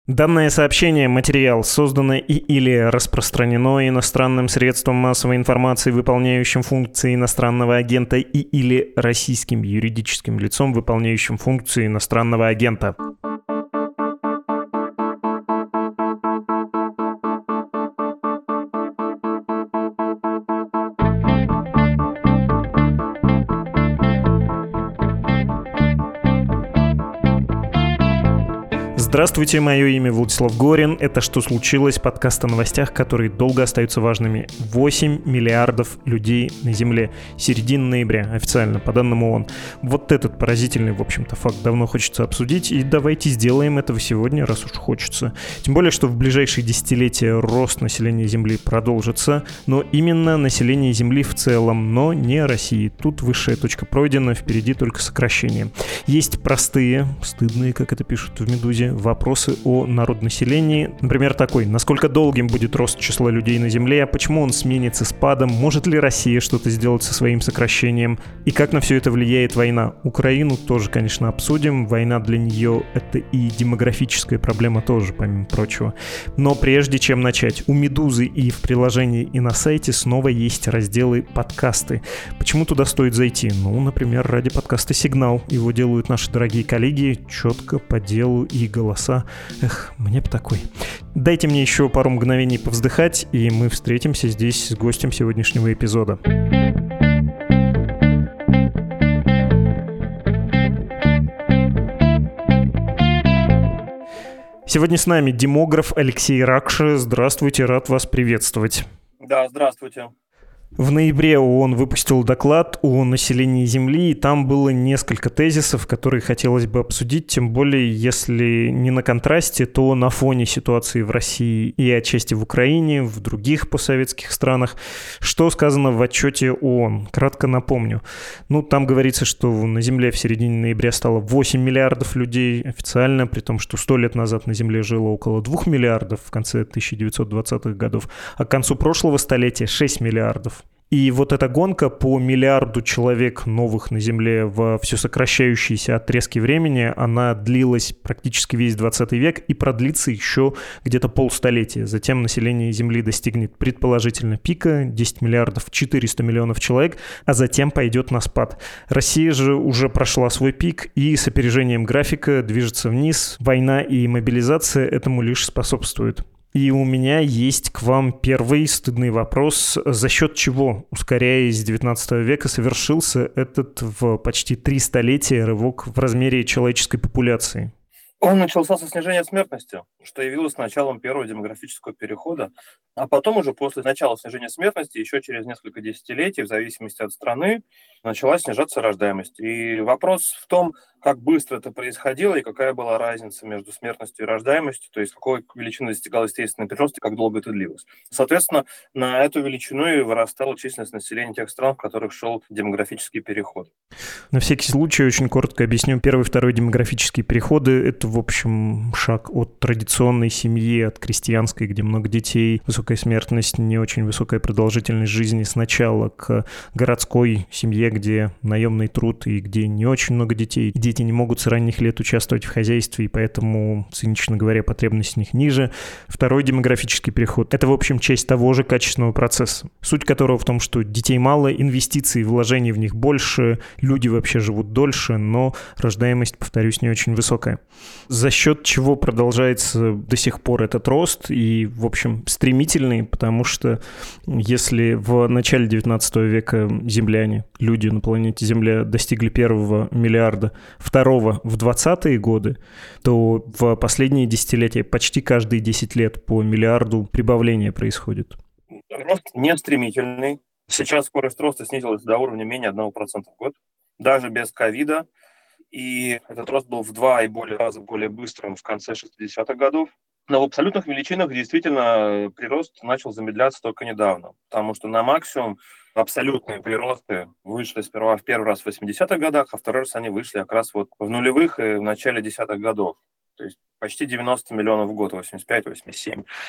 Данное сообщение, материал, создано или распространено иностранным средством массовой информации, выполняющим функции иностранного агента или российским юридическим лицом, выполняющим функции иностранного агента. Здравствуйте, мое имя Владислав Горин. Это «Что случилось?» Подкаст о новостях, которые долго остаются важными. 8 миллиардов людей на Земле. Середина ноября, официально, по данным ООН. Вот этот поразительный, в общем-то, факт давно хочется обсудить. И давайте сделаем этого сегодня, раз уж хочется. Тем более, что в ближайшие десятилетия рост населения Земли продолжится. Но именно население Земли в целом, но не России. Тут высшая точка пройдена, впереди только сокращение. Есть простые, стыдные, как это пишут в «Медузе», вопросы о народонаселении. Например, такой: насколько долгим будет рост числа людей на Земле, почему он сменится спадом, может ли Россия что-то сделать со своим сокращением, и как на все это влияет война. Украину тоже, конечно, обсудим. Война для нее — это и демографическая проблема тоже, помимо прочего. Но прежде чем начать, у «Медузы» и в приложении, и на сайте снова есть разделы «Подкасты». Почему туда стоит зайти? Ну, например, ради подкаста «Сигнал». Его делают наши дорогие коллеги четко, по делу и голоса. Эх, мне б такой. Дайте мне еще пару мгновений повздыхать, и мы встретимся здесь с гостем сегодняшнего эпизода. Сегодня с нами демограф Алексей Ракша. Здравствуйте, рад вас приветствовать. Да, здравствуйте. В ноябре ООН выпустил доклад о населении Земли, и там было несколько тезисов, которые хотелось бы обсудить, тем более, если не на контрасте, то на фоне ситуации в России и отчасти в Украине, в других постсоветских странах. Что сказано в отчете ООН? Кратко напомню. Там говорится, что на Земле в середине ноября стало 8 миллиардов людей официально, при том, что 100 лет назад на Земле жило около 2 миллиардов в конце 1920-х годов, а к концу прошлого столетия 6 миллиардов. И вот эта гонка по миллиарду человек новых на Земле во все сокращающиеся отрезки времени, она длилась практически весь 20 век и продлится еще где-то полстолетия. Затем население Земли достигнет предположительно пика 10 миллиардов 400 миллионов человек, а затем пойдет на спад. Россия же уже прошла свой пик и с опережением графика движется вниз. Война и мобилизация этому лишь способствуют. И у меня есть к вам первый стыдный вопрос. За счет чего, ускоряясь с 19 века, совершился этот в почти 3 столетия рывок в размере человеческой популяции? Он начался со снижения смертности, что явилось началом первого демографического перехода, а потом уже после начала снижения смертности, еще через несколько десятилетий, в зависимости от страны, начала снижаться рождаемость. И вопрос в том, как быстро это происходило и какая была разница между смертностью и рождаемостью, то есть какой величины достигал естественный прирост и как долго это длилось. Соответственно, на эту величину и вырастала численность населения тех стран, в которых шел демографический переход. На всякий случай очень коротко объясню. Первый и второй демографические переходы — это, в общем, шаг от традиционной семьи, от крестьянской, где много детей, высокая смертность, не очень высокая продолжительность жизни, сначала к городской семье, где наемный труд и где не очень много детей. Дети не могут с ранних лет участвовать в хозяйстве, и поэтому, цинично говоря, потребность в них ниже. Второй демографический переход — это, в общем, часть того же качественного процесса, суть которого в том, что детей мало, инвестиций, вложений в них больше, люди вообще живут дольше, но рождаемость, повторюсь, не очень высокая. За счет чего продолжается до сих пор этот рост и, в общем, стремительный, потому что если в начале 19 века земляне, люди на планете Земля, достигли первого миллиарда, второго в 20-е годы, то в последние десятилетия почти каждые 10 лет по миллиарду прибавления происходит. Рост не стремительный. Сейчас скорость роста снизилась до уровня менее 1% в год, даже без ковида. И этот рост был в 2 и более раза более быстрым в конце 60-х годов. Но в абсолютных величинах действительно прирост начал замедляться только недавно, потому что на максимум абсолютные приросты вышли сперва в первый раз в 80-х годах, а второй раз они вышли как раз вот в нулевых и в начале 10-х годов. То есть почти 90 миллионов в год, 85-87.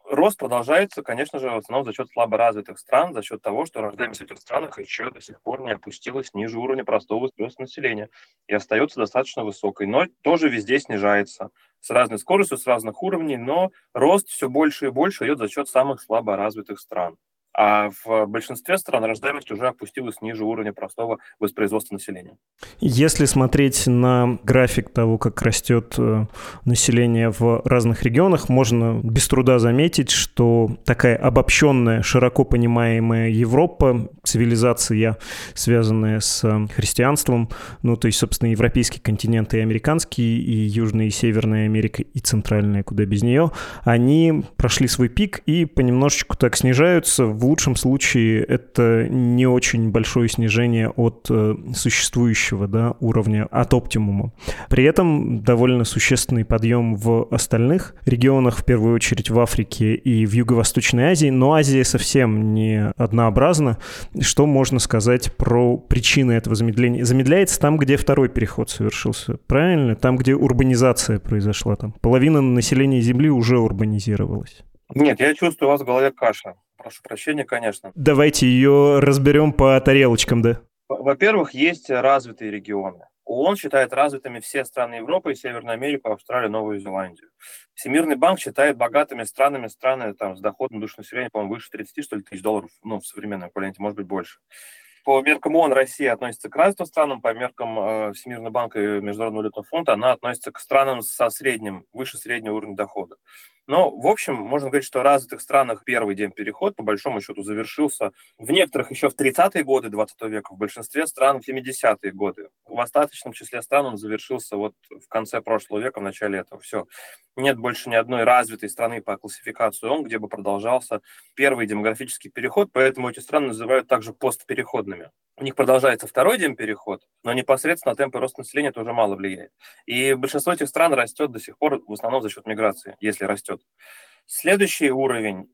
рост продолжается, конечно же, в основном за счет слаборазвитых стран, за счет того, что рождаемость в этих странах еще до сих пор не опустилась ниже уровня простого прироста населения и остается достаточно высокой, но тоже везде снижается с разной скоростью, с разных уровней, но рост все больше и больше идет за счет самых слаборазвитых стран. А в большинстве стран рождаемость уже опустилась ниже уровня простого воспроизводства населения. Если смотреть на график того, как растет население в разных регионах, можно без труда заметить, что такая обобщенная, широко понимаемая Европа, цивилизация, связанная с христианством, ну, то есть, собственно, европейский континент и американский, и Южная и Северная Америка, и Центральная, куда без нее, они прошли свой пик и понемножечку так снижаются. В лучшем случае это не очень большое снижение от существующего, да, уровня, от оптимума. При этом довольно существенный подъем в остальных регионах, в первую очередь в Африке и в Юго-Восточной Азии, но Азия совсем не однообразна. Что можно сказать про причины этого замедления? Замедляется там, где второй переход совершился, правильно? Там, где урбанизация произошла. Там половина населения Земли уже урбанизировалась. Нет, я чувствую, у вас в голове каша. Прошу прощения, конечно. Давайте ее разберем по тарелочкам, да? Во-первых, есть развитые регионы. ООН считает развитыми все страны Европы, Северную Америку, Австралию, Новую Зеландию. Всемирный банк считает богатыми странами страны там, с доходом на душу населения, по-моему, выше 30, что ли, тысяч долларов, ну, в современном эквиваленте, может быть, больше. По меркам ООН Россия относится к развитым странам, по меркам Всемирного банка и Международного валютного фонда она относится к странам со средним, выше среднего уровня дохода. Но, в общем, можно говорить, что в развитых странах первый день переход, по большому счету, завершился в некоторых еще в 30-е годы 20 века, в большинстве стран в 70-е годы. В остаточном числе стран он завершился вот в конце прошлого века, в начале этого. Все. Нет больше ни одной развитой страны по классификации ООН, где бы продолжался первый демографический переход, поэтому эти страны называют также постпереходными. У них продолжается второй демпереход, но непосредственно темпы роста населения это уже мало влияет. И большинство этих стран растет до сих пор в основном за счет миграции, если растет. Следующий уровень –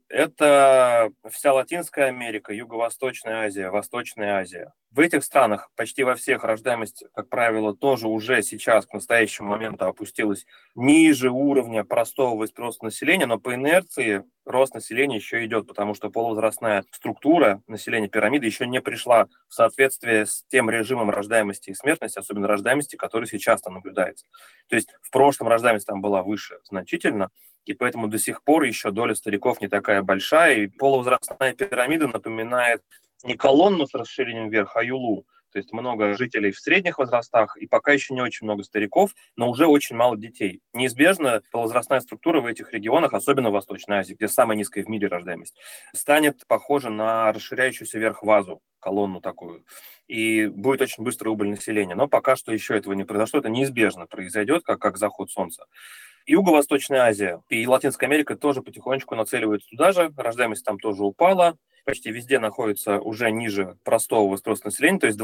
это вся Латинская Америка, Юго-Восточная Азия, Восточная Азия. В этих странах почти во всех рождаемость, как правило, тоже уже сейчас к настоящему моменту опустилась ниже уровня простого воспроизводства населения, но по инерции рост населения еще идет, потому что полувозрастная структура населения пирамиды еще не пришла в соответствие с тем режимом рождаемости и смертности, особенно рождаемости, который сейчас там наблюдается. То есть в прошлом рождаемость там была выше значительно, и поэтому до сих пор еще доля стариков не такая большая, и полувозрастная пирамида напоминает не колонну с расширением вверх, а юлу. То есть много жителей в средних возрастах, и пока еще не очень много стариков, но уже очень мало детей. Неизбежно полувозрастная структура в этих регионах, особенно в Восточной Азии, где самая низкая в мире рождаемость, станет похожа на расширяющуюся вверх вазу, колонну такую, и будет очень быстрый убыль населения. Но пока что еще этого не произошло, это неизбежно произойдет, как заход солнца. Юго-Восточная Азия и Латинская Америка тоже потихонечку нацеливаются туда же, рождаемость там тоже упала, почти везде находится уже ниже простого воспроизводства населения, то есть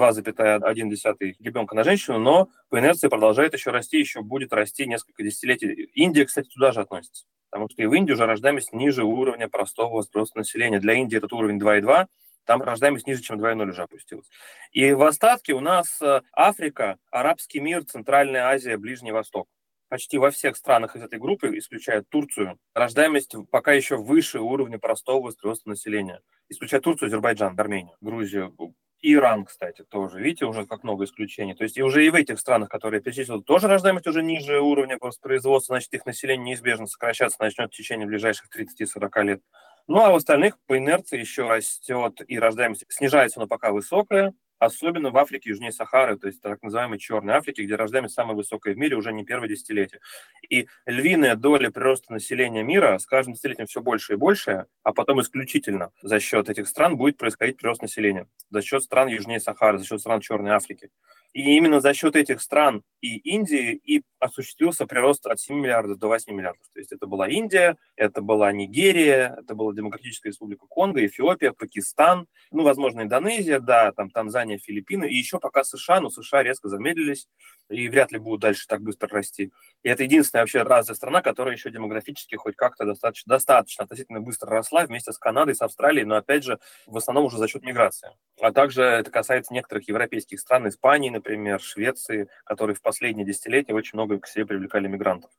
2,1 ребенка на женщину, но по инерции продолжает еще расти, еще будет расти несколько десятилетий. Индия, кстати, туда же относится, потому что и в Индии уже рождаемость ниже уровня простого воспроизводства населения. Для Индии этот уровень 2,2, там рождаемость ниже, чем 2,0 уже опустилась. И в остатке у нас Африка, арабский мир, Центральная Азия, Ближний Восток. Почти во всех странах из этой группы, исключая Турцию, рождаемость пока еще выше уровня простого воспроизводства населения. Исключая Турцию, Азербайджан, Армению, Грузию, Иран, кстати, тоже. Видите, уже как много исключений. То есть и уже и в этих странах, которые я перечислил, тоже рождаемость уже ниже уровня воспроизводства, значит, их население неизбежно сокращаться начнет в течение ближайших 30-40 лет. Ну а в остальных по инерции еще растет и рождаемость снижается, но пока высокая. Особенно в Африке южнее Сахары, то есть так называемой Черной Африке, где рождаемость самая высокая в мире уже не первое десятилетие. И львиная доля прироста населения мира с каждым десятилетием все больше и больше, а потом исключительно за счет этих стран будет происходить прирост населения. За счет стран южнее Сахары, за счет стран Черной Африки. И именно за счет этих стран и Индии и осуществился прирост от 7 миллиардов до 8 миллиардов. То есть это была Индия, это была Нигерия, это была Демократическая Республика Конго, Эфиопия, Пакистан, ну, возможно, Индонезия, да, там Танзания, Филиппины, и еще пока США, но США резко замедлились и вряд ли будут дальше так быстро расти. И это единственная вообще развитая страна, которая еще демографически хоть как-то достаточно относительно быстро росла вместе с Канадой, с Австралией, но опять же в основном уже за счет миграции. А также это касается некоторых европейских стран, Испании, например, Швеции, которые в последние десятилетия очень много к себе привлекали мигрантов.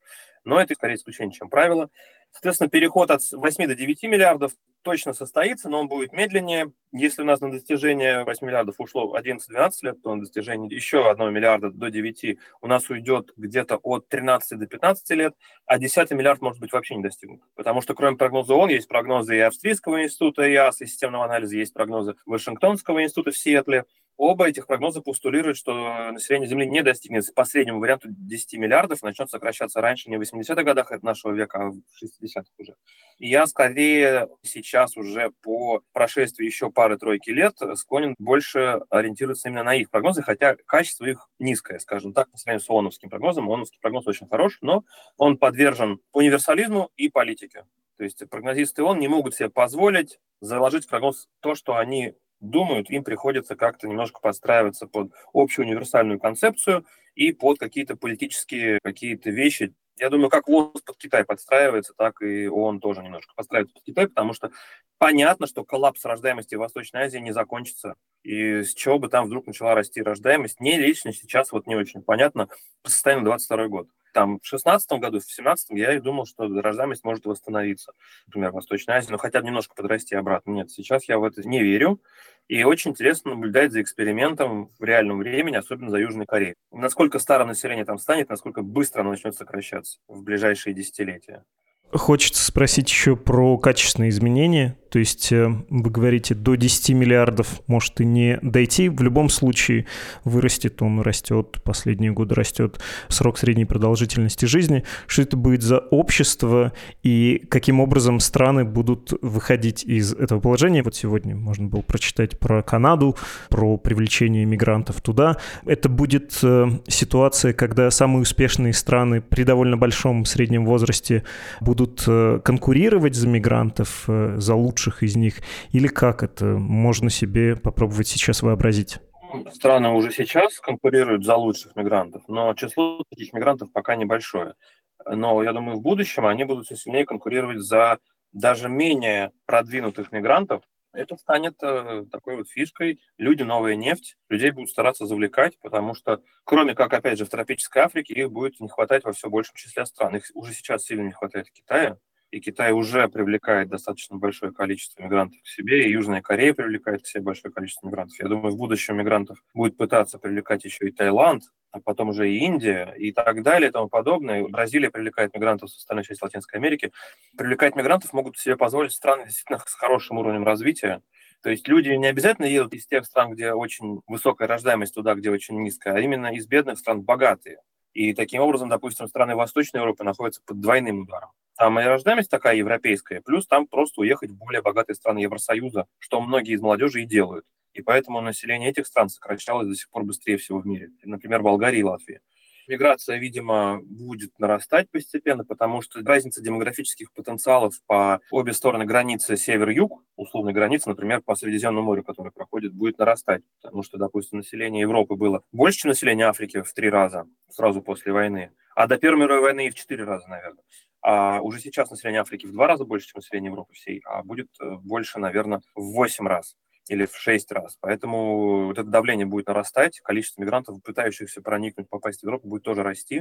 но это скорее исключение, чем правило. Соответственно, переход от 8 до 9 миллиардов точно состоится, но он будет медленнее. Если у нас на достижение 8 миллиардов ушло 11-12 лет, то на достижение еще 1 миллиарда до 9 у нас уйдет где-то от 13 до 15 лет, а 10 миллиард может быть вообще не достигнут. Потому что кроме прогноза ООН есть прогнозы и Австрийского института ИАС, и системного анализа, есть прогнозы Вашингтонского института в Сиэтле. Оба этих прогноза постулируют, что население Земли не достигнет по среднему варианту 10 миллиардов, начнет сокращаться раньше, не в 80-х годах нашего века, а в 60-х уже. И я скорее сейчас уже по прошествии еще пары-тройки лет склонен больше ориентироваться именно на их прогнозы, хотя качество их низкое, скажем так, по сравнению с ООНовским прогнозом. ООНовский прогноз очень хорош, но он подвержен универсализму и политике. То есть прогнозисты ООН не могут себе позволить заложить в прогноз то, что они думают, им приходится как-то немножко подстраиваться под общую универсальную концепцию и под какие-то политические какие-то вещи. Я думаю, как ВОЗ под Китай подстраивается, так и ООН тоже немножко подстраивается под Китай, потому что понятно, что коллапс рождаемости в Восточной Азии не закончится. И с чего бы там вдруг начала расти рождаемость, мне лично сейчас вот не очень понятно по состоянию на 2022 год. Там в 2016 году, в 2017 я и думал, что рождаемость может восстановиться, например, в Восточной Азии, но хотя бы немножко подрасти обратно. Нет, сейчас я в это не верю. И очень интересно наблюдать за экспериментом в реальном времени, особенно за Южной Кореей. Насколько старое население там станет, насколько быстро оно начнет сокращаться в ближайшие десятилетия. Хочется спросить еще про качественные изменения. То есть вы говорите, до 10 миллиардов может и не дойти. В любом случае вырастет, он растет, последние годы растет срок средней продолжительности жизни. Что это будет за общество и каким образом страны будут выходить из этого положения? Вот сегодня можно было прочитать про Канаду, про привлечение мигрантов туда. Это будет ситуация, когда самые успешные страны при довольно большом среднем возрасте будут конкурировать за мигрантов, за лучших из них, или как это можно себе попробовать сейчас вообразить? Страны уже сейчас конкурируют за лучших мигрантов, но число таких мигрантов пока небольшое. Но я думаю, в будущем они будут все сильнее конкурировать за даже менее продвинутых мигрантов. Это станет такой вот фишкой. Люди — новая нефть. Людей будут стараться завлекать, потому что, кроме как, опять же, в тропической Африке, их будет не хватать во все большем числе стран. Их уже сейчас сильно не хватает в Китае. И Китай уже привлекает достаточно большое количество мигрантов к себе, и Южная Корея привлекает к себе большое количество мигрантов. Я думаю, в будущем мигрантов будет пытаться привлекать еще и Таиланд, а потом уже и Индия, и так далее, и тому подобное. Бразилия привлекает мигрантов с остальной части Латинской Америки. Привлекать мигрантов могут себе позволить страны действительно с хорошим уровнем развития. То есть люди не обязательно едут из тех стран, где очень высокая рождаемость, туда, где очень низкая, а именно из бедных стран богатые. И таким образом, допустим, страны Восточной Европы находятся под двойным ударом. Там и рождаемость такая европейская, плюс там просто уехать в более богатые страны Евросоюза, что многие из молодежи и делают. И поэтому население этих стран сокращалось до сих пор быстрее всего в мире. Например, Болгарии и Латвии. Миграция, видимо, будет нарастать постепенно, потому что разница демографических потенциалов по обе стороны границы север-юг, условной границы, например, по Средиземному морю, которое проходит, будет нарастать. Потому что, допустим, население Европы было больше, чем население Африки в 3 раза сразу после войны, а до Первой мировой войны и в 4 раза, наверное. А уже сейчас население Африки в 2 раза больше, чем население Европы всей, а будет больше, наверное, в 8 раз. Или в 6 раз. Поэтому вот это давление будет нарастать, количество мигрантов, пытающихся проникнуть, попасть в Европу, будет тоже расти.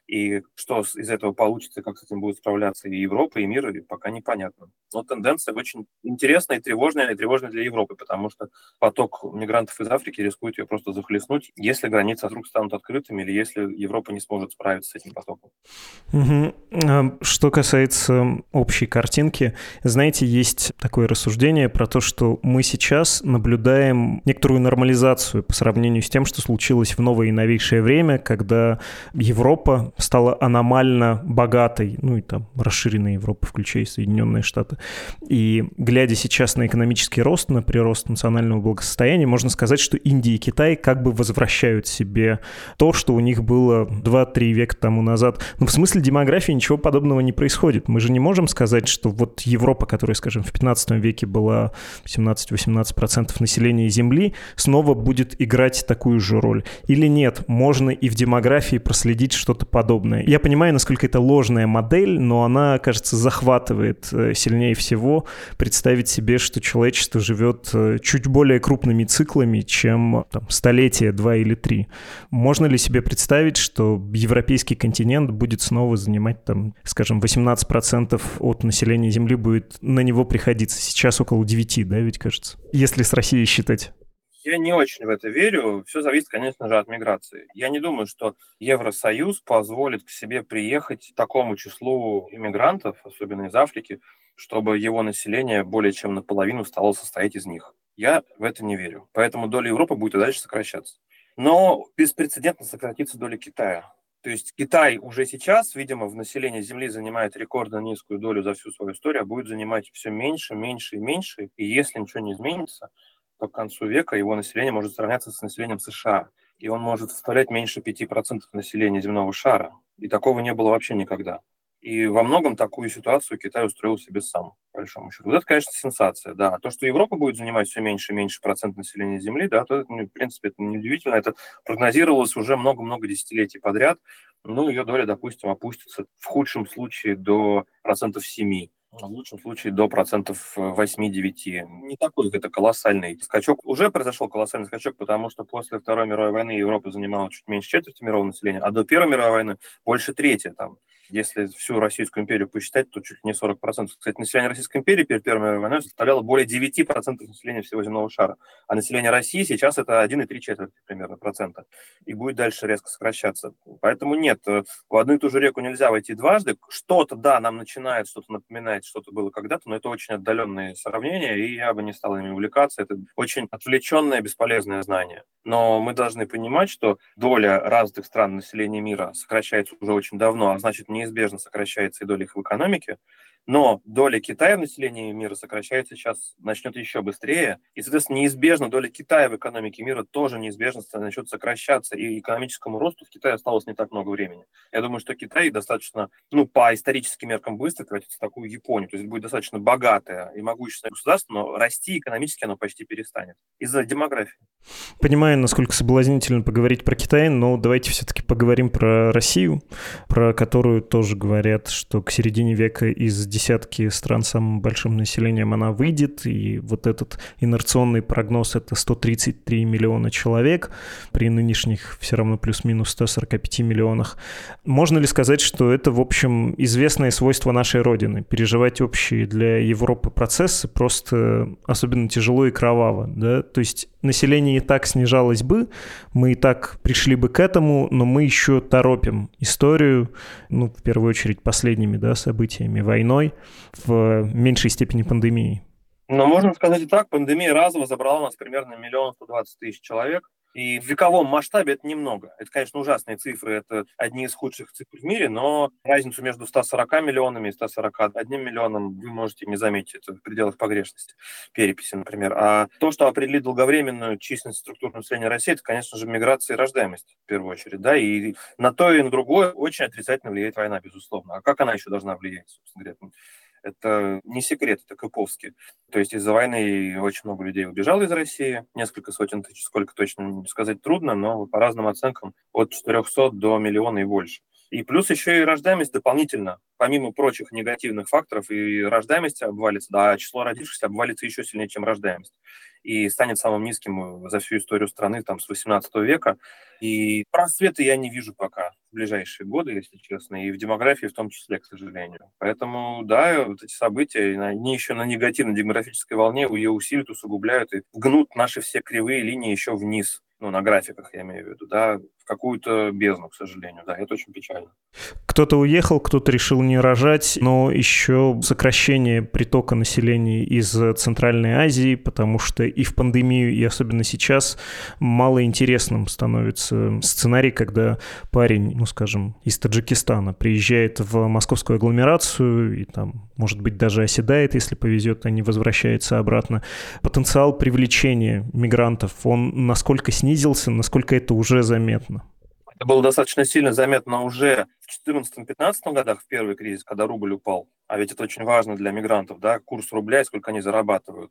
И что из этого получится, как с этим будет справляться и Европа, и мир, пока непонятно. Но тенденция очень интересная и тревожная для Европы, потому что поток мигрантов из Африки рискует ее просто захлестнуть, если границы вдруг станут открытыми, или если Европа не сможет справиться с этим потоком. Что касается общей картинки, знаете, есть такое рассуждение про то, что мы сейчас наблюдаем некоторую нормализацию по сравнению с тем, что случилось в новое и новейшее время, когда Европа стала аномально богатой, ну и там расширенная Европа, включая Соединенные Штаты. И глядя сейчас на экономический рост, на прирост национального благосостояния, можно сказать, что Индия и Китай как бы возвращают себе то, что у них было 2-3 века тому назад. Но в смысле демографии ничего подобного не происходит. Мы же не можем сказать, что вот Европа, которая, скажем, в 15 веке была 17-18% 17% населения Земли снова будет играть такую же роль? Или нет, можно и в демографии проследить что-то подобное? Я понимаю, насколько это ложная модель, но она, кажется, захватывает сильнее всего представить себе, что человечество живет чуть более крупными циклами, чем там, столетие, 2 или 3. Можно ли себе представить, что европейский континент будет снова занимать, там, скажем, 18% от населения Земли будет на него приходиться? Сейчас около 9, да, ведь кажется? Если с Россией считать. Я не очень в это верю. Все зависит, конечно же, от миграции. Я не думаю, что Евросоюз позволит к себе приехать такому числу иммигрантов, особенно из Африки, чтобы его население более чем наполовину стало состоять из них. Я в это не верю. Поэтому доля Европы будет и дальше сокращаться. Но беспрецедентно сократится доля Китая. То есть Китай уже сейчас, видимо, в населении Земли занимает рекордно низкую долю за всю свою историю, а будет занимать все меньше, меньше и меньше. И если ничего не изменится, то к концу века его население может сравняться с населением США. И он может составлять меньше 5% населения земного шара. И такого не было вообще никогда. И во многом такую ситуацию Китай устроил себе сам, по большому счету. Вот это, конечно, сенсация, да. То, что Европа будет занимать все меньше и меньше процент населения Земли, да, то, в принципе, это неудивительно. Это прогнозировалось уже много-много десятилетий подряд. Ну, ее доля, допустим, опустится в худшем случае до 7%. В лучшем случае до 8-9%. Не такой это колоссальный скачок. Уже произошел колоссальный скачок, потому что после Второй мировой войны Европа занимала чуть меньше четверти мирового населения, а до Первой мировой войны больше трети. Там. Если всю Российскую империю посчитать, то чуть ли не 40%. Кстати, население Российской империи перед Первой мировой войной составляло более 9% населения всего земного шара. А население России сейчас это 1,3 примерно процента. И будет дальше резко сокращаться. Поэтому нет, в одну и ту же реку нельзя войти дважды. Что-то, да, нам начинает что-то напоминать, что-то было когда-то, но это очень отдаленные сравнения, и я бы не стал ими увлекаться. Это очень отвлеченное, бесполезное знание. Но мы должны понимать, что доля развитых стран населения мира сокращается уже очень давно, а значит, неизбежно сокращается и доля их в экономике. Но доля Китая в населении мира сокращается сейчас, начнет еще быстрее. И, соответственно, неизбежно доля Китая в экономике мира тоже неизбежно начнет сокращаться. И экономическому росту в Китае осталось не так много времени. Я думаю, что Китай достаточно, по историческим меркам быстро превратится в такую Японию. То есть будет достаточно богатое и могущественное государство, но расти экономически оно почти перестанет из-за демографии. Понимаю, насколько соблазнительно поговорить про Китай, но давайте все-таки поговорим про Россию, про которую тоже говорят, что к середине века из десятки стран с самым большим населением она выйдет, и вот этот инерционный прогноз — это 133 миллиона человек, при нынешних все равно плюс-минус 145 миллионах. Можно ли сказать, что это, в общем, известное свойство нашей Родины — переживать общие для Европы процессы просто особенно тяжело и кроваво, да? То есть население и так снижалось бы, мы и так пришли бы к этому, но мы еще торопим историю, в первую очередь последними, событиями, войной, в меньшей степени пандемией. Но можно сказать и так, пандемия разово забрала у нас примерно 1 120 000 человек. И в вековом масштабе это немного. Это, конечно, ужасные цифры, это одни из худших цифр в мире, но разницу между 140 миллионами и 141 миллионом вы можете не заметить. Это в пределах погрешности переписи, например. А то, что определит долговременную численность структурного населения России, это, конечно же, миграция и рождаемость, в первую очередь. Да? И на то и на другое очень отрицательно влияет война, безусловно. А как она еще должна влиять, собственно говоря? Это не секрет, это Кыповский. То есть из-за войны очень много людей убежало из России, несколько сотен тысяч, сколько точно сказать трудно, но по разным оценкам от 400 до миллиона и больше. И плюс еще и рождаемость дополнительно, помимо прочих негативных факторов, и рождаемость обвалится, а число родившихся обвалится еще сильнее, чем рождаемость. И станет самым низким за всю историю страны с 18 века. И просвета я не вижу пока в ближайшие годы, если честно, и в демографии в том числе, к сожалению. Поэтому, да, вот эти события, они еще на негативной демографической волне ее усиливают, усугубляют и гнут наши все кривые линии еще вниз. На графиках, я имею в виду, в какую-то бездну, к сожалению. Да, это очень печально. Кто-то уехал, кто-то решил не рожать, но еще сокращение притока населения из Центральной Азии, потому что и в пандемию, и особенно сейчас малоинтересным становится сценарий, когда парень, из Таджикистана приезжает в московскую агломерацию и там, может быть, даже оседает, если повезет, а не возвращается обратно. Потенциал привлечения мигрантов, он насколько снизился, насколько это уже заметно? Это было достаточно сильно заметно уже в 2014-2015 годах, в первый кризис, когда рубль упал. А ведь это очень важно для мигрантов, да, курс рубля и сколько они зарабатывают.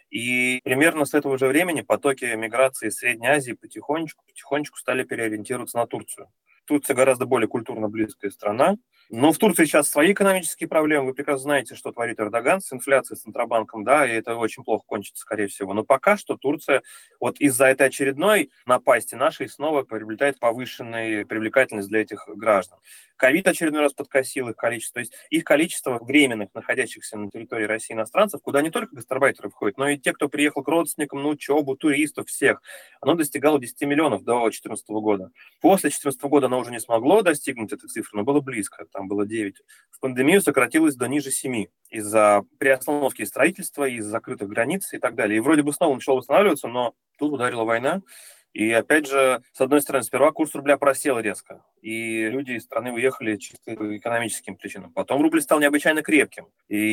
И примерно с этого же времени потоки миграции из Средней Азии потихонечку стали переориентироваться на Турцию. Турция гораздо более культурно близкая страна. Но в Турции сейчас свои экономические проблемы. Вы прекрасно знаете, что творит Эрдоган с инфляцией, с Центробанком, да, и это очень плохо кончится, скорее всего. Но пока что Турция вот из-за этой очередной напасти нашей снова приобретает повышенную привлекательность для этих граждан. Ковид очередной раз подкосил их количество. То есть их количество временных, находящихся на территории России иностранцев, куда не только гастарбайтеры входят, но и те, кто приехал к родственникам на учебу, туристов, всех, оно достигало 10 миллионов до 2014 года. После 2014 года оно уже не смогло достигнуть этой цифры, но было близко, там было 9. В пандемию сократилось до ниже 7 из-за приостановки строительства, из-за закрытых границ и так далее. И вроде бы снова начало восстанавливаться, но тут ударила война. И опять же, с одной стороны, сперва курс рубля просел резко, и люди из страны уехали чисто по экономическим причинам. Потом рубль стал необычайно крепким,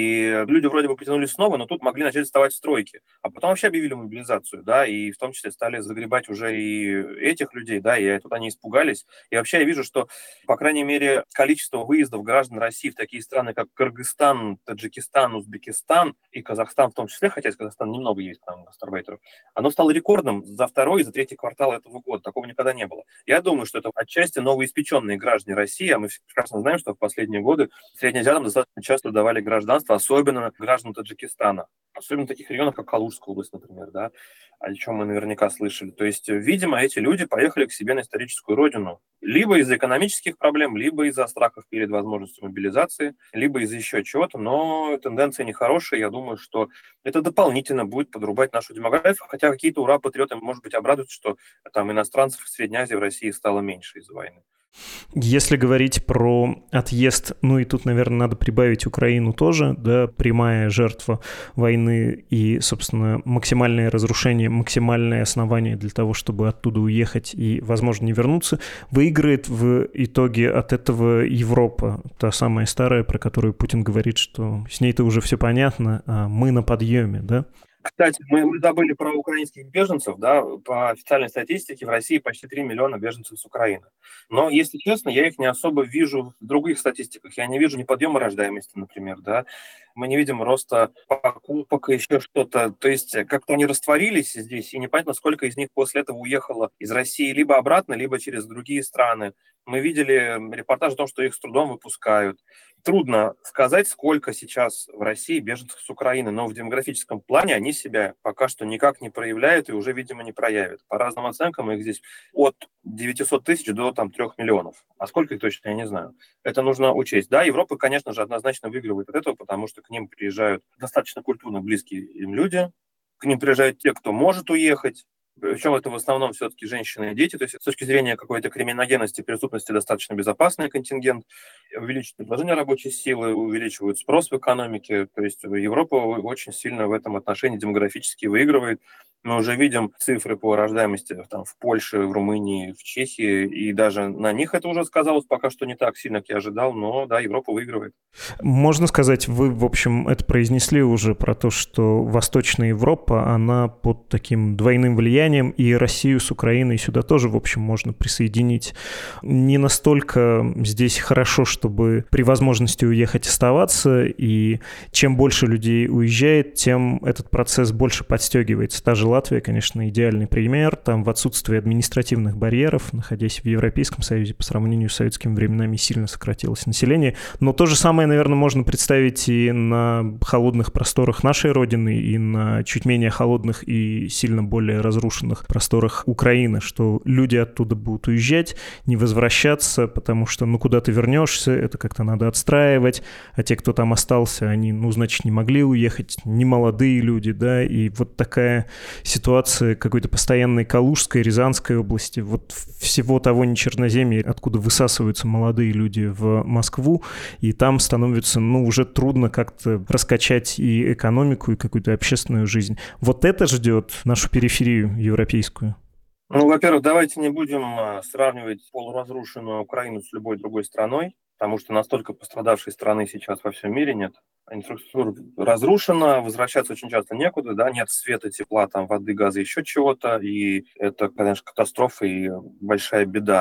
и люди вроде бы потянулись снова, но тут могли начать вставать стройки. А потом вообще объявили мобилизацию, да, и в том числе стали загребать уже и этих людей, да, и тут они испугались. И вообще я вижу, что, по крайней мере, количество выездов граждан России в такие страны, как Кыргызстан, Таджикистан, Узбекистан и Казахстан в том числе, хотя из Казахстана немного есть там гастарбайтеров, оно стало рекордным за второй и за третий квартал этого года. Такого никогда не было. Я думаю, что это отчасти новоиспеченные граждане России, а мы прекрасно знаем, что в последние годы среднеазиатам достаточно часто давали гражданство, особенно граждан Таджикистана. Особенно в таких регионах, как Калужская область, например, да, о чем мы наверняка слышали. То есть, видимо, эти люди поехали к себе на историческую родину. Либо из-за экономических проблем, либо из-за страхов перед возможностью мобилизации, либо из-за еще чего-то. Но тенденция нехорошая. Я думаю, что это дополнительно будет подрубать нашу демографию. Хотя какие-то ура-патриоты, может быть, обрадуются, что там иностранцев в Средней Азии в России стало меньше из-за войны. Если говорить про отъезд, ну и тут, наверное, надо прибавить Украину тоже, да, прямая жертва войны и, собственно, максимальное разрушение, максимальное основание для того, чтобы оттуда уехать и, возможно, не вернуться, выиграет в итоге от этого Европа, та самая старая, про которую Путин говорит, что с ней-то уже все понятно, а мы на подъеме, да? Кстати, мы забыли про украинских беженцев. Да? По официальной статистике в России почти 3 миллиона беженцев с Украины. Но, если честно, я их не особо вижу в других статистиках. Я не вижу ни подъема рождаемости, например. Да? Мы не видим роста покупок и еще что-то. То есть как-то они растворились здесь, и непонятно, сколько из них после этого уехало из России либо обратно, либо через другие страны. Мы видели репортаж о том, что их с трудом выпускают. Трудно сказать, сколько сейчас в России беженцев с Украины, но в демографическом плане они себя пока что никак не проявляют и уже, видимо, не проявят. По разным оценкам их здесь от 900 тысяч до 3 миллионов. А сколько их точно, я не знаю. Это нужно учесть. Да, Европа, конечно же, однозначно выигрывает от этого, потому что к ним приезжают достаточно культурно близкие им люди, к ним приезжают те, кто может уехать. Причем это в основном все-таки женщины и дети. То есть с точки зрения какой-то криминогенности, преступности достаточно безопасный контингент. Увеличивают предложение рабочей силы, увеличивают спрос в экономике. То есть Европа очень сильно в этом отношении демографически выигрывает. Мы уже видим цифры по рождаемости там, в Польше, в Румынии, в Чехии, и даже на них это уже сказалось пока что не так сильно, как я ожидал, но да, Европа выигрывает. Можно сказать, вы, в общем, это произнесли уже про то, что Восточная Европа, она под таким двойным влиянием, и Россию с Украиной сюда тоже, в общем, можно присоединить. Не настолько здесь хорошо, чтобы при возможности уехать оставаться, и чем больше людей уезжает, тем этот процесс больше подстегивается. Та же Латвия, конечно, идеальный пример. Там в отсутствии административных барьеров, находясь в Европейском Союзе, по сравнению с советскими временами, сильно сократилось население. Но то же самое, наверное, можно представить и на холодных просторах нашей Родины, и на чуть менее холодных и сильно более разрушенных просторах Украины, что люди оттуда будут уезжать, не возвращаться, потому что, ну, куда ты вернешься, это как-то надо отстраивать, а те, кто там остался, они, ну, значит, не могли уехать, не молодые люди, да, и вот такая ситуация какой-то постоянной Калужской, Рязанской области, вот всего того нечерноземья, откуда высасываются молодые люди в Москву, и там становится, ну, уже трудно как-то раскачать и экономику, и какую-то общественную жизнь. Вот это ждет нашу периферию европейскую. Ну, во-первых, давайте не будем сравнивать полуразрушенную Украину с любой другой страной, потому что настолько пострадавшей страны сейчас во всем мире нет. Инфраструктура разрушена, возвращаться очень часто некуда, да, нет света, тепла, там, воды, газа, еще чего-то, и это, конечно, катастрофа и большая беда.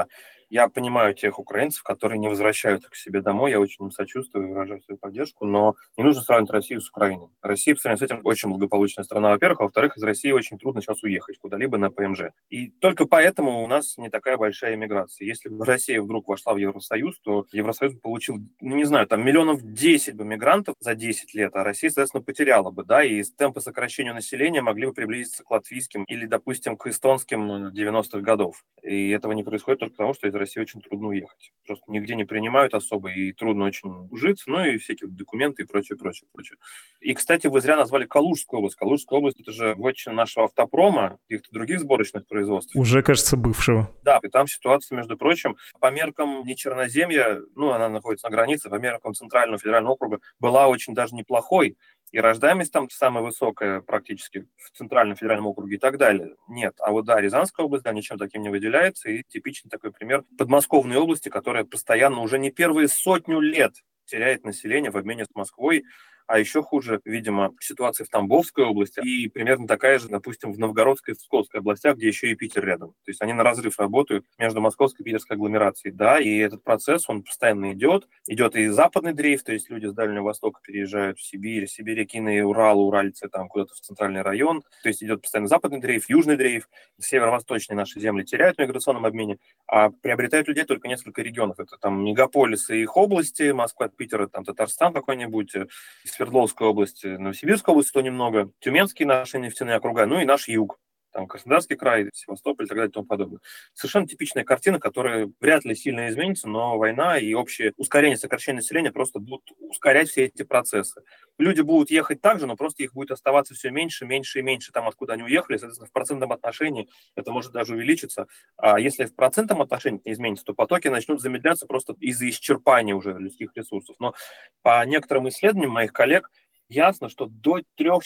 Я понимаю тех украинцев, которые не возвращаются к себе домой, я очень им сочувствую и выражаю свою поддержку, но не нужно сравнивать Россию с Украиной. Россия, по сравнению с этим, очень благополучная страна, во-первых, а во-вторых, из России очень трудно сейчас уехать куда-либо на ПМЖ. И только поэтому у нас не такая большая иммиграция. Если бы Россия вдруг вошла в Евросоюз, то Евросоюз получил, ну, не знаю, там миллионов 10 бы мигрантов за 10 лет, а Россия, соответственно, потеряла бы, да, и темпы сокращения населения могли бы приблизиться к латвийским или, допустим, к эстонским 90-х годов. И этого не происходит только потому, что из России очень трудно уехать. Просто нигде не принимают особо, и трудно очень ужиться, ну и всякие документы и прочее, прочее, прочее. И, кстати, вы зря назвали Калужскую область. Калужская область – это же вотчина нашего автопрома, каких-то других сборочных производств. Уже, кажется, бывшего. Да, и там ситуация, между прочим, по меркам не Черноземья, ну, она находится на границе, по меркам Центрального федерального округа, была очень даже неплохой. И рождаемость там самая высокая практически в Центральном федеральном округе и так далее. Нет. А вот да, Рязанская область, да, ничем таким не выделяется. И типичный такой пример подмосковной области, которая постоянно уже не первые 100 лет теряет население в обмене с Москвой. А еще хуже, видимо, ситуация в Тамбовской области и примерно такая же, допустим, в Новгородской и Псковской областях, где еще и Питер рядом. То есть они на разрыв работают между московской и питерской агломерацией. Да, и этот процесс, он постоянно идет. Идет и западный дрейф, то есть люди с Дальнего Востока переезжают в Сибирь, Сибиряки на Урал, уральцы там куда-то в центральный район. То есть идет постоянно западный дрейф, южный дрейф. Северо-восточные наши земли теряют в миграционном обмене, а приобретают людей только несколько регионов. Это там мегаполисы и их области, Москва, Питер, там Татарстан какой-нибудь, Свердловская область, Новосибирская область, то немного, Тюменские наши нефтяные округа, ну и наш юг, там Краснодарский край, Севастополь и так далее и тому подобное. Совершенно типичная картина, которая вряд ли сильно изменится, но война и общее ускорение сокращения населения просто будут ускорять все эти процессы. Люди будут ехать так же, но просто их будет оставаться все меньше, меньше и меньше там, откуда они уехали. Соответственно, в процентном отношении это может даже увеличиться. А если в процентном отношении не изменится, то потоки начнут замедляться просто из-за исчерпания уже людских ресурсов. Но по некоторым исследованиям моих коллег, ясно, что до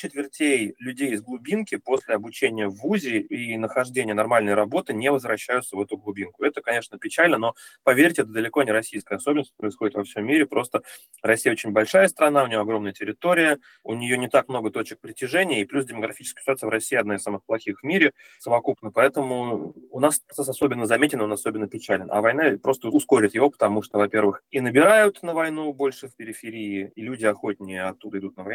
3/4 людей из глубинки после обучения в ВУЗе и нахождения нормальной работы не возвращаются в эту глубинку. Это, конечно, печально, но, поверьте, это далеко не российская особенность, происходит во всем мире. Просто Россия очень большая страна, у нее огромная территория, у нее не так много точек притяжения, и плюс демографическая ситуация в России одна из самых плохих в мире совокупно. Поэтому у нас процесс особенно заметен, он особенно печален. А война просто ускорит его, потому что, во-первых, и набирают на войну больше в периферии, и люди охотнее оттуда идут на войну,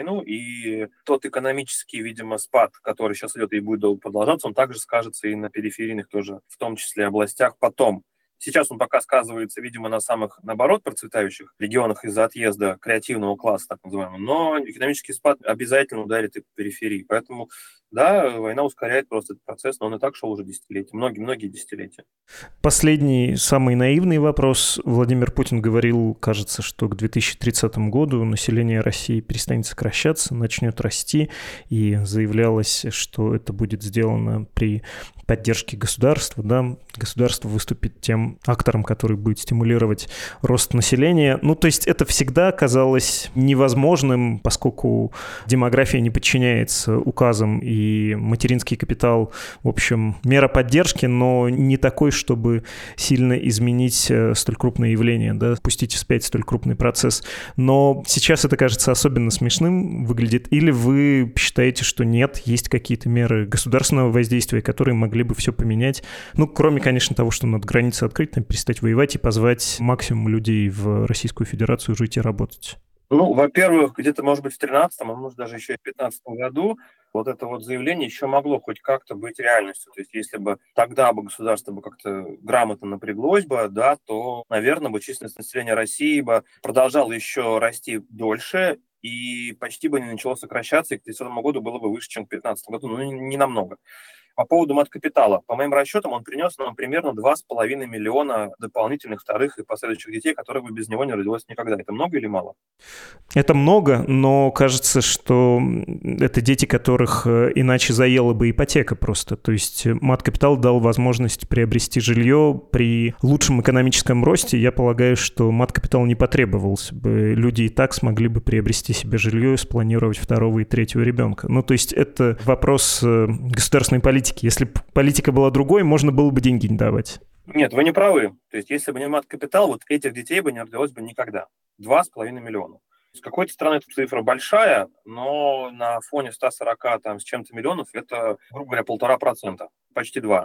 и тот экономический, видимо, спад, который сейчас идет и будет долго продолжаться, он также скажется и на периферийных тоже, в том числе областях потом. Сейчас он пока сказывается, видимо, на самых, наоборот, процветающих регионах из-за отъезда креативного класса, так называемого, но экономический спад обязательно ударит и по периферии. Поэтому, да, война ускоряет просто этот процесс, но он и так шел уже десятилетия, многие-многие десятилетия. Последний, самый наивный вопрос. Владимир Путин говорил, кажется, что к 2030 году население России перестанет сокращаться, начнет расти, и заявлялось, что это будет сделано при поддержке государства. Да? Государство выступит тем актором, который будет стимулировать рост населения. Ну, то есть это всегда казалось невозможным, поскольку демография не подчиняется указам, и материнский капитал, в общем, мера поддержки, но не такой, чтобы сильно изменить столь крупное явление, да, пустить вспять столь крупный процесс. Но сейчас это кажется особенно смешным выглядит. Или вы считаете, что нет, есть какие-то меры государственного воздействия, которые могли бы все поменять? Ну, кроме, конечно, того, что надо границы открыть, там, перестать воевать и позвать максимум людей в Российскую Федерацию жить и работать. Ну, во-первых, где-то, может быть, в 2013, а может, даже еще и в 2015 году вот это вот заявление еще могло хоть как-то быть реальностью. То есть если бы тогда бы государство бы как-то грамотно напряглось бы, да, то, наверное, бы численность населения России бы продолжала еще расти дольше и почти бы не начало сокращаться, и к 2030 году было бы выше, чем к 2015 году, ну, не намного. По поводу мат-капитала. По моим расчетам, он принес нам примерно 2,5 миллиона дополнительных вторых и последующих детей, которых бы без него не родилось никогда. Это много или мало? Это много, но кажется, что это дети, которых иначе заела бы ипотека просто. То есть мат-капитал дал возможность приобрести жилье при лучшем экономическом росте. Я полагаю, что мат-капитал не потребовался бы. Люди и так смогли бы приобрести себе жилье и спланировать второго и третьего ребенка. Ну, то есть это вопрос государственной политики. Если бы политика была другой, можно было бы деньги не давать. Нет, вы не правы. То есть если бы не мат-капитал, вот этих детей бы не родилось бы никогда. 2,5 миллиона. С какой-то стороны эта цифра большая, но на фоне 140 там, с чем-то миллионов это, грубо говоря, 1,5%, почти 2%.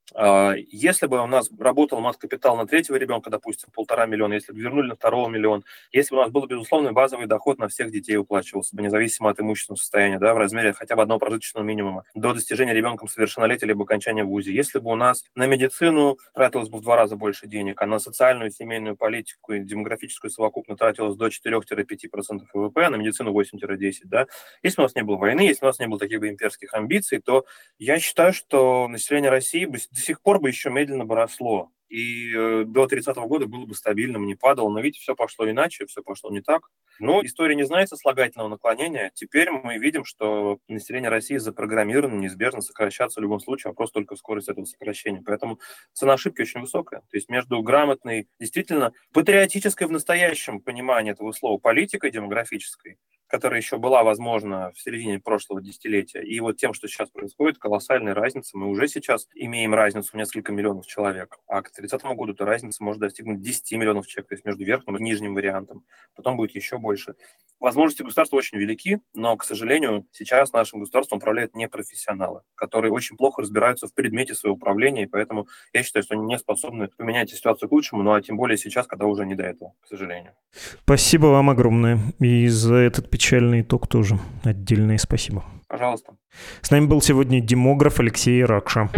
Если бы у нас работал мат-капитал на третьего ребенка, допустим, 1,5 миллиона, если бы вернули на второго миллион, если бы у нас был безусловный базовый доход на всех детей уплачивался бы, независимо от имущественного состояния, да, в размере хотя бы одного прожиточного минимума, до достижения ребенком совершеннолетия либо окончания в ВУЗе, если бы у нас на медицину тратилось бы в 2 раза больше денег, а на социальную, семейную политику и демографическую совокупно тратилось до 4-5% ВВП, а на медицину 8-10%, да, если бы у нас не было войны, если бы у нас не было таких бы имперских амбиций, то я считаю, что население России бы до сих пор бы еще медленно бы росло. И до 30-го года было бы стабильным, не падало. Но видите, все пошло иначе, все пошло не так. Но история не знает сослагательного наклонения. Теперь мы видим, что население России запрограммировано неизбежно сокращаться в любом случае, вопрос только в скорости этого сокращения. Поэтому цена ошибки очень высокая. То есть между грамотной, действительно патриотической в настоящем понимании этого слова политикой демографической, которая еще была возможна в середине прошлого десятилетия, и вот тем, что сейчас происходит, колоссальная разница. Мы уже сейчас имеем разницу в несколько миллионов человек, а к 30 году эта разница может достигнуть 10 миллионов человек, то есть между верхним и нижним вариантом. Потом будет еще больше. Возможности государства очень велики, но, к сожалению, сейчас нашим государством управляют непрофессионалы, которые очень плохо разбираются в предмете своего управления, и поэтому я считаю, что они не способны поменять ситуацию к лучшему, ну а тем более сейчас, когда уже не до этого, к сожалению. Спасибо вам огромное. И за этот печальный итог тоже отдельное спасибо. Пожалуйста. С нами был сегодня демограф Алексей Ракша.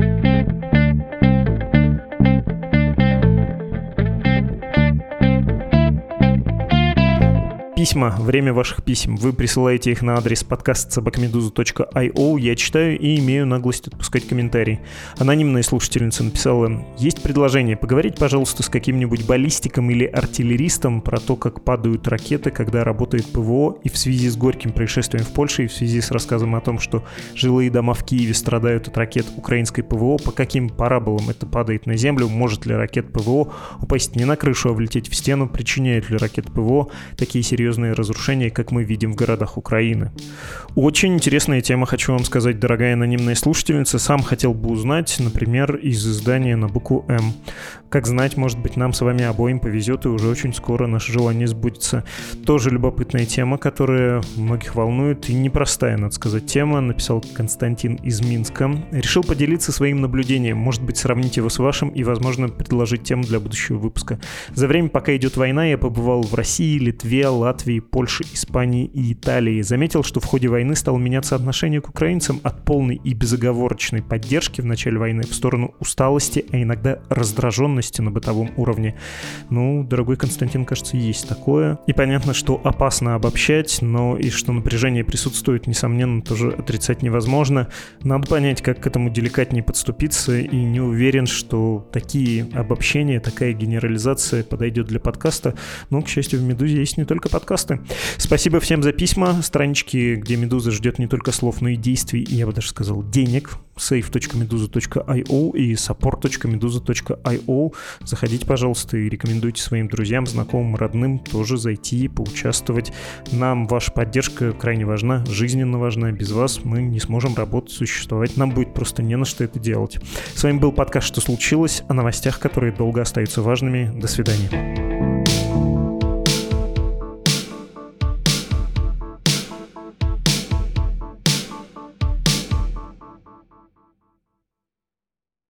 Письма, время ваших писем. Вы присылаете их на адрес podcast@meduza.io. Я читаю и имею наглость отпускать комментарии. Анонимная слушательница написала: есть предложение поговорить, пожалуйста, с каким-нибудь баллистиком или артиллеристом про то, как падают ракеты, когда работает ПВО, и в связи с горьким происшествием в Польше, и в связи с рассказом о том, что жилые дома в Киеве страдают от ракет украинской ПВО, по каким параболам это падает на землю, может ли ракет ПВО упасть не на крышу, а влететь в стену, причиняют ли ракет ПВО такие серьезные разрушения, как мы видим в городах Украины. Очень интересная тема, хочу вам сказать, дорогая анонимная слушательница. Сам хотел бы узнать, например, из издания на букву «М». Как знать, может быть, нам с вами обоим повезет, и уже очень скоро наше желание сбудется. Тоже любопытная тема, которая многих волнует, и непростая, надо сказать, тема. Написал Константин из Минска. Решил поделиться своим наблюдением, может быть, сравнить его с вашим и, возможно, предложить тему для будущего выпуска. За время, пока идет война, я побывал в России, Литве, Латвии, Польше, Испании и Италии. Заметил, что в ходе войны стало меняться отношение к украинцам от полной и безоговорочной поддержки в начале войны в сторону усталости, а иногда раздраженности на бытовом уровне. Ну, дорогой Константин, кажется, есть такое. И понятно, что опасно обобщать, но и что напряжение присутствует, несомненно, тоже отрицать невозможно. Надо понять, как к этому деликатнее подступиться, и не уверен, что такие обобщения, такая генерализация подойдет для подкаста. Но, к счастью, в «Медузе» есть не только подкасты. Спасибо всем за письма. Странички, где «Медуза» ждет не только слов, но и действий, и я бы даже сказал денег. save.meduza.io и support.meduza.io. Заходите, пожалуйста, и рекомендуйте своим друзьям, знакомым, родным тоже зайти, поучаствовать. Нам ваша поддержка крайне важна, жизненно важна. Без вас мы не сможем работать, существовать. Нам будет просто не на что это делать. С вами был подкаст «Что случилось?», о новостях, которые долго остаются важными. До свидания.